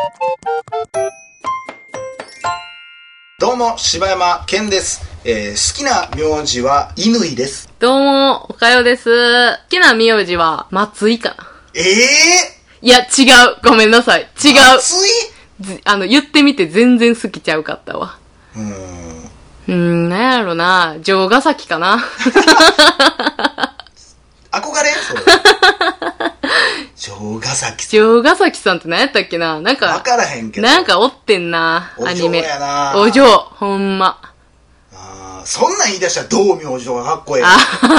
どうも柴山健です、好きな名字は乾です。 どうもおかよです。好きな名字は松井かな。いや違う、ごめんなさい、違う。 松井？ 言ってみて全然好きちゃうかったわ。なんやろな、城ヶ崎かな。 憧れそれ。城ヶ崎さんって何やったっけな。なんか分からへんけど、 なんかおってんな、アニメ。 お嬢やな。 お嬢、ほんま。 そんなん言い出したら道明寺がかっこええ。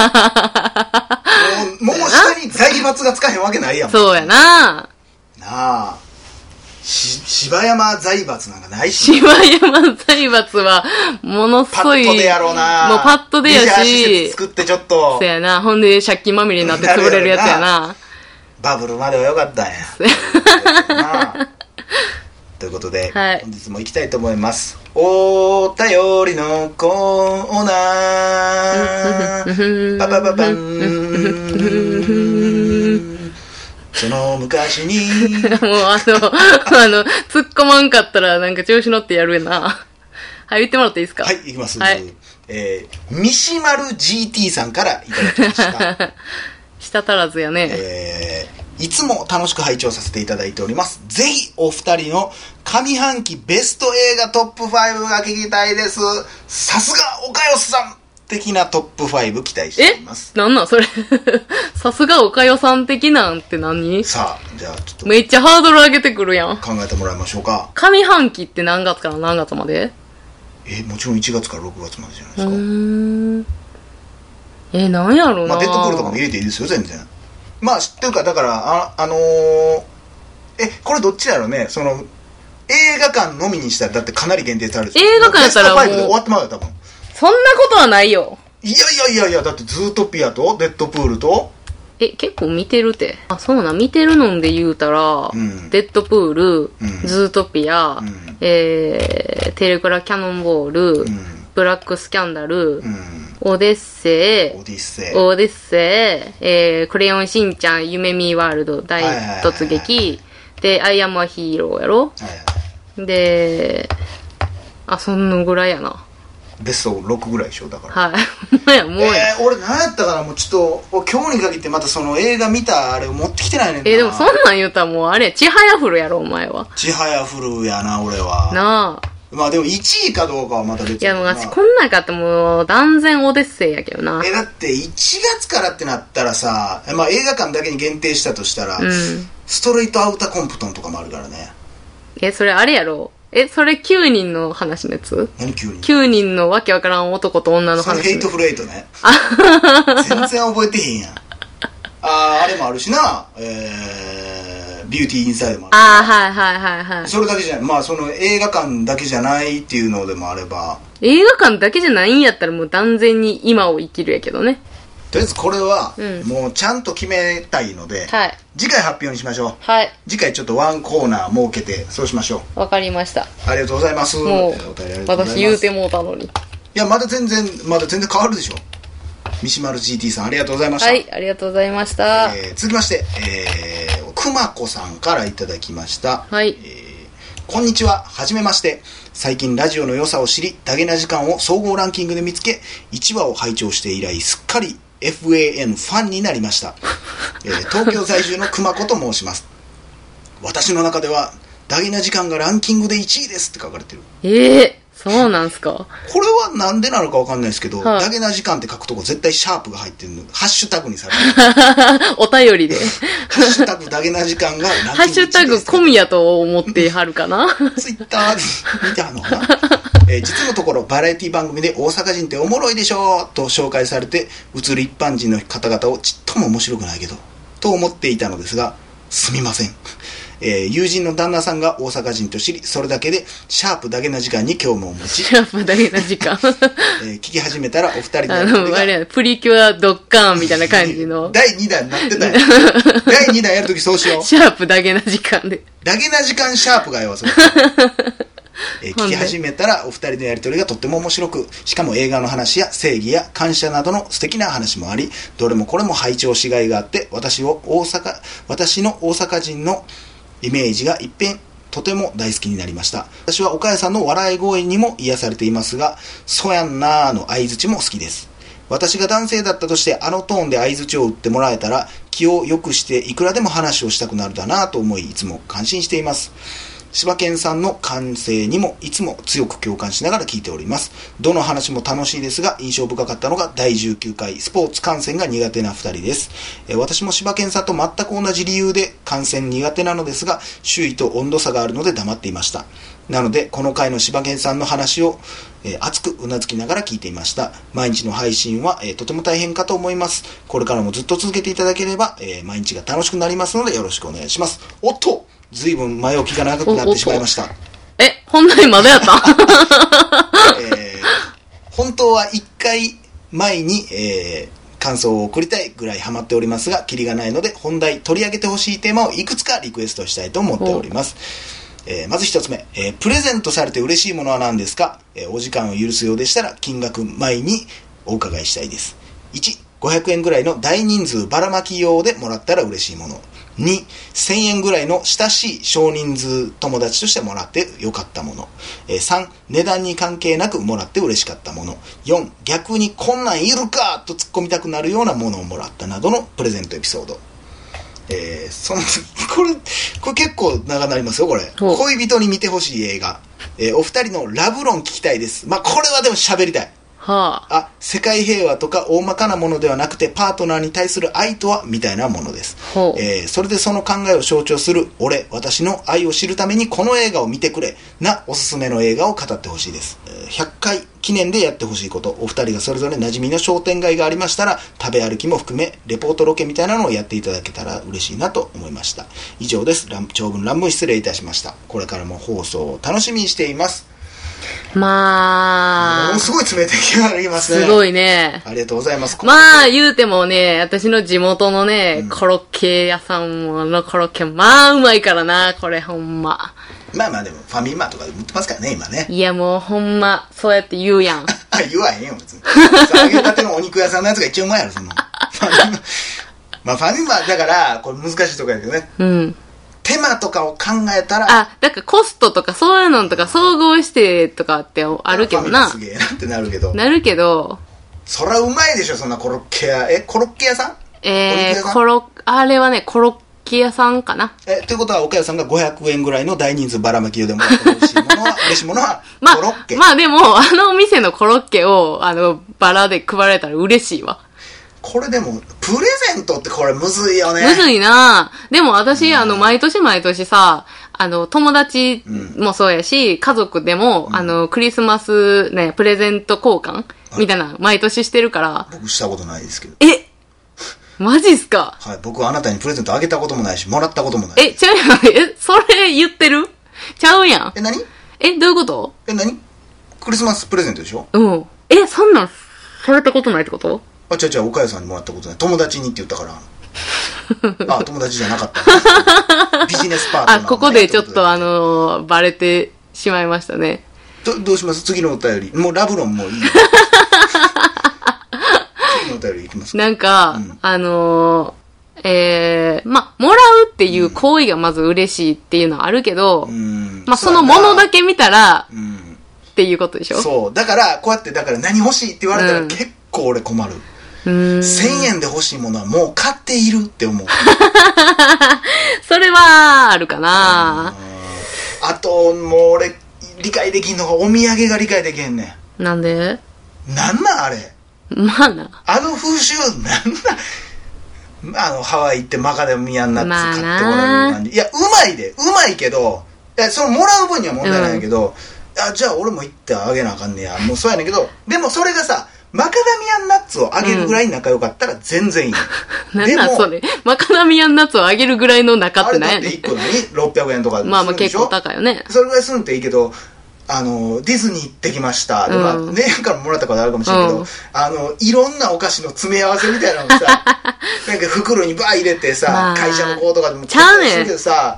もう下に財閥がつかへんわけないやん。 そうやな。 なあ。柴山財閥なんかないし。 柴山財閥は、ものすごい。 パッとでやろうな。 もうパッとでやし。 レジャー施設作ってちょっと。 そうやな。ほんで借金まみれになって潰れるやつやな。 バブルまではよかったんや。ということで、はい、本日も行きたいと思います。お便りのコーナー。パパパパン。その昔に。もう突っ込まんかったらなんか調子乗ってやるな。はい、言ってもらっていいですか？ はい、行きます。 はい。 ミシマル GT さんからいただきました。 舌足らずやね。 いつも楽しく拝聴させていただいております。ぜひお二人の上半期ベスト映画トップ5が聞きたいです。さすが岡代さん的なトップ5期待しています。 なんなんそれ。さすが岡代さん的なんって何？ さあ、じゃあちょっと。 めっちゃハードル上げてくるやん。 考えてもらいましょうか。 上半期って何月から何月まで？ もちろん1月から6月までじゃないですか。 なんやろうな。 デッドプールとかも入れていいですよ、全然。知ってるか、だから、これどっちだろうね、その、映画館のみにしたら、だってかなり限定される。 映画館やったらもう。 ベスト5で終わってまうよ、多分。 そんなことはないよ。 いや、だってズートピアと、デッドプールと。 結構見てるて。そうなん、見てるので言うたら、デッドプール、ズートピア、テレクラキャノンボール、ブラックスキャンダル、オデッセイ、クレヨンしんちゃん、夢見ワールド、大突撃、で、アイアムアヒーローやろ、で、そんのぐらいやな。 ベスト6ぐらいでしょ、だから。 はい。もうや。 俺何やったかな、もうちょっと、今日に限ってまたその映画見たあれを持ってきてないねんな。 でもそんなん言うたらもうあれ、ちはやふるやろ、お前は。 ちはやふるやな、俺は。 なあ。 でも1位かどうかはまた別に。 いやもう私こんなんかってもう断然オデッセイやけどな。 だって1月からってなったらさ、映画館だけに限定したとしたら、ストレートアウターコンプトンとかもあるからね。 それあれやろ。それ9人の話のやつ？ 何9人？ 9人のわけわからん男と女の話。 それヘイトフルエイトね。全然覚えてへんやん。あれもあるしな、ビューティーインサイドもある。 はい。 それだけじゃない。その映画館だけじゃないっていうのでもあれば。 映画館だけじゃないんやったらもう断然に今を生きるやけどね。 とりあえずこれは、もうちゃんと決めたいので、次回発表にしましょう。はい。次回ちょっとワンコーナー設けて、そうしましょう。 わかりました。 ありがとうございます。 もう、私言うてもうたのに。いや、まだ全然変わるでしょ。ミシマル GT さん、ありがとうございました。 はい、ありがとうございました。 続きまして、くまこさんからいただきました。 はい。 こんにちは、はじめまして。最近ラジオの良さを知り、ダゲな時間を総合ランキングで見つけ、1話を拝聴して以来、すっかりFAN ファンになりました。東京在住のくまこと申します。私の中では、ダゲな時間がランキングで1位ですって書かれてる。 そうなんすか。 これはなんでなのかわかんないですけど、ダゲな時間って書くとこ絶対シャープが入ってるの。ハッシュタグにされてる。 お便りで。 ハッシュタグダゲな時間がランキング1位です。 ハッシュタグ込みやと思ってはるかな。 ツイッターで見てはるのかな。実のところバラエティ番組で大阪人っておもろいでしょと紹介されて映る一般人の方々をちっとも面白くないけどと思っていたのですが、すみません。友人の旦那さんが大阪人と知り、それだけでシャープだけな時間に興味を持ち、 シャープだけな時間聞き始めたらお二人のやりとりがあれプリキュアドッカーンみたいな感じの第2弾になってたよ。第2弾やるときそうしよう。 シャープだけな時間でだけな時間シャープがよ、それ。聞き始めたらお二人のやりとりがとっても面白く、しかも映画の話や正義や感謝などの素敵な話もあり、どれもこれも拝聴しがいがあって、私の大阪人のイメージが一変とても大好きになりました。私は岡谷さんの笑い声にも癒されていますが、そやんなーの相槌も好きです。私が男性だったとしてあのトーンで相槌を打ってもらえたら気を良くしていくらでも話をしたくなるだなと思い、いつも感心しています。柴犬さんの感性にもいつも強く共感しながら聞いております。どの話も楽しいですが、印象深かったのが第19回スポーツ観戦が苦手な2人です。私も柴犬さんと全く同じ理由で観戦苦手なのですが、周囲と温度差があるので黙っていました。なのでこの回の柴犬さんの話を、熱くうなずきながら聞いていました。毎日の配信は、とても大変かと思います。これからもずっと続けていただければ、毎日が楽しくなりますのでよろしくお願いします。おっと、ずいぶん前置きが長くなってしまいました。 本題まだやった本当は1回前に、感想を送りたいぐらいハマっておりますが、キリがないので本題取り上げてほしいテーマをいくつかリクエストしたいと思っております。まず一つ目、プレゼントされて嬉しいものは何ですか？お時間を許すようでしたら金額前にお伺いしたいです。1、500円ぐらいの大人数ばらまき用でもらったら嬉しいもの。2、1000円ぐらいの親しい少人数友達としてもらってよかったもの。3、値段に関係なくもらって嬉しかったもの。4、逆にこんなんいるかと突っ込みたくなるようなものをもらったなどのプレゼントエピソード。これ結構長なりますよ、これ。恋人に見てほしい映画。お二人のラブ論聞きたいです。これはでも喋りたい。世界平和とか大まかなものではなくてパートナーに対する愛とはみたいなものです。それでその考えを象徴する私の愛を知るためにこの映画を見てくれなおすすめの映画を語ってほしいです。100回記念でやってほしいこと、お二人がそれぞれ馴染みの商店街がありましたら食べ歩きも含めレポートロケみたいなのをやっていただけたら嬉しいなと思いました。以上です。長文乱文失礼いたしました。これからも放送を楽しみにしています。ものすごい冷たい気がありますね。 すごいね。 ありがとうございます。 言うてもね、私の地元のね、コロッケ屋さんもコロッケうまいからな、これほんま。 でもファミマとかで売ってますからね、今ね。 いやもうほんまそうやって言うやん。 言わへんよ別に。揚げたてのお肉屋さんのやつが一番うまいやろ、そんな。ファミマだからこれ難しいとこやけどね。手間とかを考えたら、 だからコストとかそういうのとか総合してとかってあるけどな。 すげえなってなるけど。 そらうまいでしょ、そんなコロッケ屋。コロッケ屋さん？ あれはね、コロッケ屋さんかな。 ということは岡谷さんが500円ぐらいの大人数ばらまき用でもらった嬉しいものはコロッケ。 でもお店のコロッケをバラで配られたら嬉しいわ。 これでもプレゼントってこれむずいよね。 むずいな。でも私毎年さ、友達もそうやし、家族でもクリスマスねプレゼント交換みたいな毎年してるから。 僕したことないですけど。 マジっすか？ はい、僕はあなたにプレゼントあげたこともないしもらったこともない。 ちゃうやん。それ言ってる？ちゃうやん。 何？ どういうこと？ 何？クリスマスプレゼントでしょ？ そんなんされたことないってこと？ 違う、岡谷さんにもらったことない。友達にって言ったから友達じゃなかったビジネスパートナー、 ここでちょっとバレてしまいましたね。 どうします？次のお便り。もうラブロンもいい次のお便りいきますか？ なんか、もらうっていう行為がまず嬉しいっていうのはあるけど、そのものだけ見たら、っていうことでしょ？ そう。だから、こうやって、何欲しいって言われたら結構俺困る。1000円で欲しいものはもう買っているって思う。 それはあるかな。 あともう俺理解できんのがお土産が理解できへんねん。なんで？ あれ。風習ハワイ行ってマカダミアンナッツ買ってもらう感じ。いやうまいけど、そのもらう分には問題ないけど、じゃあ俺も行ってあげなあかんねや。もうそうやねんけど、でもそれがさ、マカダミアンナッツをあげるぐらい仲良かったら全然いい。 なんなんそれ。マカダミアンナッツをあげるぐらいの仲って何やねん。 あれだって1個600円とか結構高いよね。 それぐらいするんっていいけど、ディズニー行ってきました。ねえからもらったことあるかもしれんけど、いろんなお菓子の詰め合わせみたいなのさ、なんか袋にバー入れてさ、会社の子とかでもちゃうねん。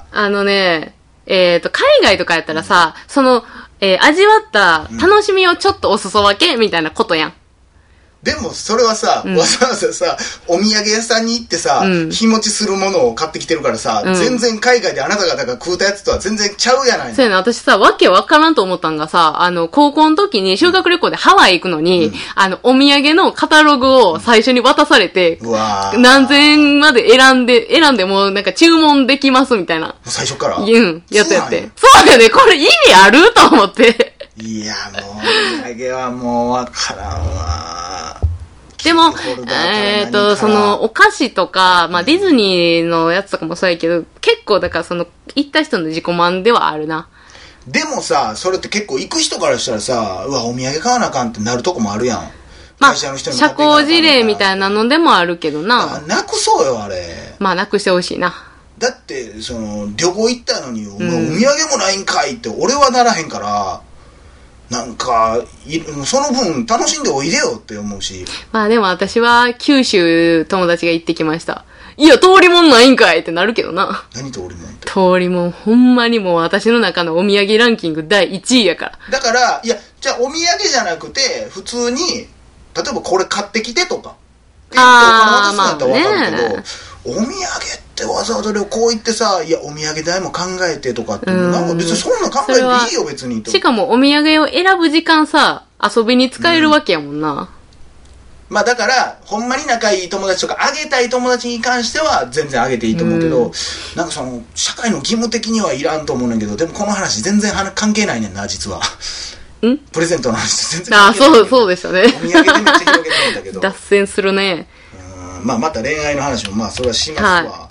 海外とかやったらさ、味わった楽しみをちょっとお裾分けみたいなことやん。 でもそれはさ、わざわざさ、お土産屋さんに行ってさ、日持ちするものを買ってきてるからさ、全然海外であなた方が食うたやつとは全然ちゃうやないの。 そうやな、私さ、わけわからんと思ったんがさ、高校の時に修学旅行でハワイ行くのに、お土産のカタログを最初に渡されて、何千円まで選んでもうなんか注文できますみたいな。 最初から？ やつやって。そうだよね、これ意味あると思って。 いや、もう、お土産はもうわからんわ。 でも、その、お菓子とか、まあ、ディズニーのやつとかもそうやけど、結構、だからその、行った人の自己満ではあるな。 でもさ、それって結構行く人からしたらさ、うわ、お土産買わなあかんってなるとこもあるやん。 まあ、社交辞令みたいなのでもあるけどな。 なくそうよ、あれ。 まあ、なくしてほしいな。 だって、その、旅行行ったのに、お土産もないんかいって、俺はならへんから、なんか、その分楽しんでおいでよって思うし。 まあでも私は九州友達が行ってきました。いや、通りもんないんかいってなるけどな。 何通りもんって。 通りもん、ほんまにもう私の中のお土産ランキング第1位やから。 だから、いや、じゃあお土産じゃなくて、普通に、例えばこれ買ってきてとか。って言ってお金渡すんやったらわかるけど、お土産ってわざわざ旅行行ってさ、いや、お土産代も考えてとかって、なんか別にそんな考えていいよ、別に。 しかもお土産を選ぶ時間さ、遊びに使えるわけやもんな。 まあだから、ほんまに仲いい友達とか、あげたい友達に関しては全然あげていいと思うけど、なんかその、社会の義務的にはいらんと思うねんけど、でもこの話全然関係ないねんな、実は。プレゼントの話と全然関係ない。 そうでしたね。 お土産でめっちゃ広げてるんだけど。 脱線するね。 まあまた恋愛の話もまあそれはしますわ。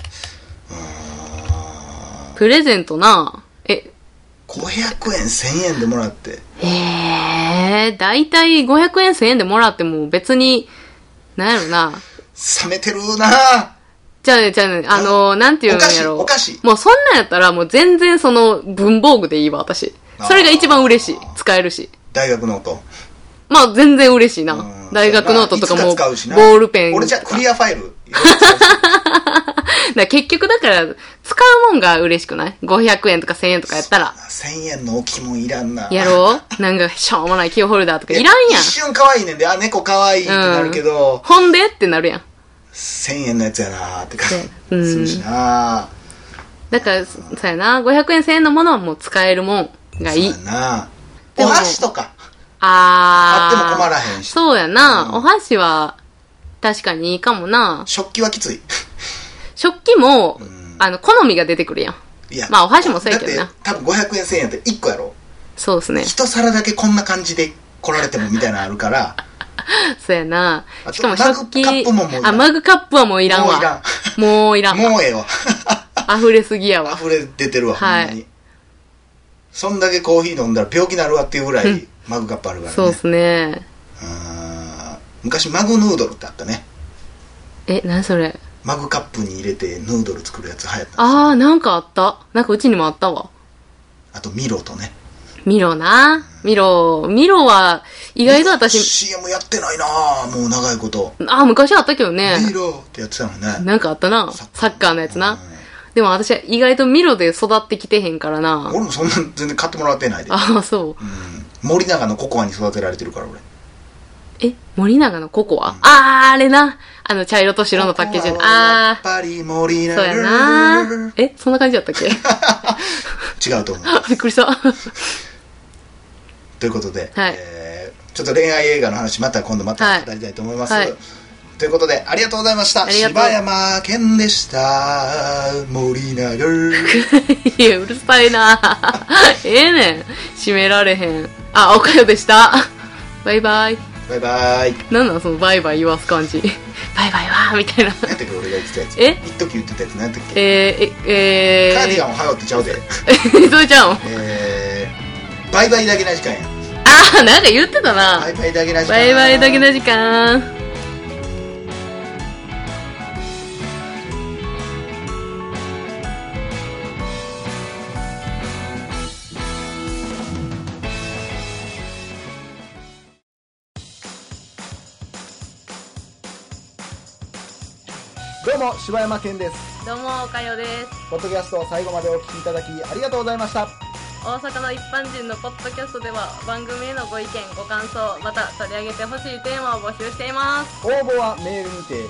プレゼントな、 500円1000円でもらって。 だいたい500円1000円でもらっても別に、なんやろな。 冷めてるな。 じゃあね、なんていうのやろ。 お菓子。 もうそんなんやったらもう全然その文房具でいいわ、私。それが一番嬉しい。使えるし。 大学ノート。 まあ全然嬉しいな。大学ノートとかもボールペン。 俺じゃクリアファイル。 結局だから使うもんが嬉しくない？ 500 円とか1000円とかやったら。 1000円の置物いらんな。 やろう？なんかしょうもないキーホルダーとかいらんやん。 一瞬可愛いねんで、猫可愛いってなるけど。 ほんでってなるやん。 1000円のやつやなーって感じするしな。 だからそうやな、500円1000円のものはもう使えるもんがいい。 そうやな。お箸とか。 あっても困らへんし。 そうやな、お箸は確かにいいかもな。 食器はきつい。 食器も、好みが出てくるやん。いや、まあお箸もそうやけどな。 だって多分500円1000円って1個やろ。 そうですね。 一皿だけこんな感じで来られてもみたいなのあるから。 そうやな。しかも食器。マグカップももういらん。 マグカップはもういらんわ。もういらん。 もうええわ。 溢れすぎやわ。 溢れ出てるわ、ほんまに。そんだけコーヒー飲んだら病気になるわっていうぐらいマグカップあるからね。 そうですね。 昔マグヌードルってあったね。 何それ？ マグカップに入れてヌードル作るやつ流行ったんですよ。 ああ、なんかあった。なんかうちにもあったわ。 あとミロとね。 ミロな。ミロは意外と私 CM やってないなもう長いこと。 昔あったけどね。 ミロってやってたのね。 なんかあったな。サッカーのやつな。でも私は意外とミロで育ってきてへんからな。 俺もそんな全然買ってもらってないで。 そう。 森永のココアに育てられてるから俺。 森永のココア？あれな。茶色と白のパッケージ。 やっぱり森永。 そうやな。そんな感じだったっけ？ 違うと思う。 びっくりした。 ということで、 はい、 ちょっと恋愛映画の話また今度語りたいと思います。はい、ということでありがとうございました。柴山健でした。森永。 いや、うるさいな。ねん。閉められへん。おかよでした。バイバイ。 バイバイ。 なんなんそのバイバイ言わす感じ。バイバイわーみたいな。 何やったっけ俺が言ってたやつ。一時言ってたやつ何やったっけ。カーディガンをはよってちゃうで。 それちゃうん。 バイバイだけな時間や。 なんか言ってたな。 バイバイだけな時間。 バイバイだけな時間。 どうも柴山健です。 どうもおかよです。 ポッドキャストを最後までお聞きいただきありがとうございました。 大阪の一般人のポッドキャストでは番組へのご意見ご感想また取り上げてほしいテーマを募集しています。 応募はメールにて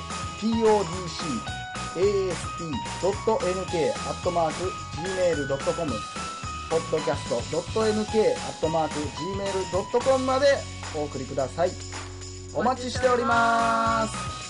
podcast.nk@gmail.com podcast.nk@gmail.com までお送りください。お待ちしております。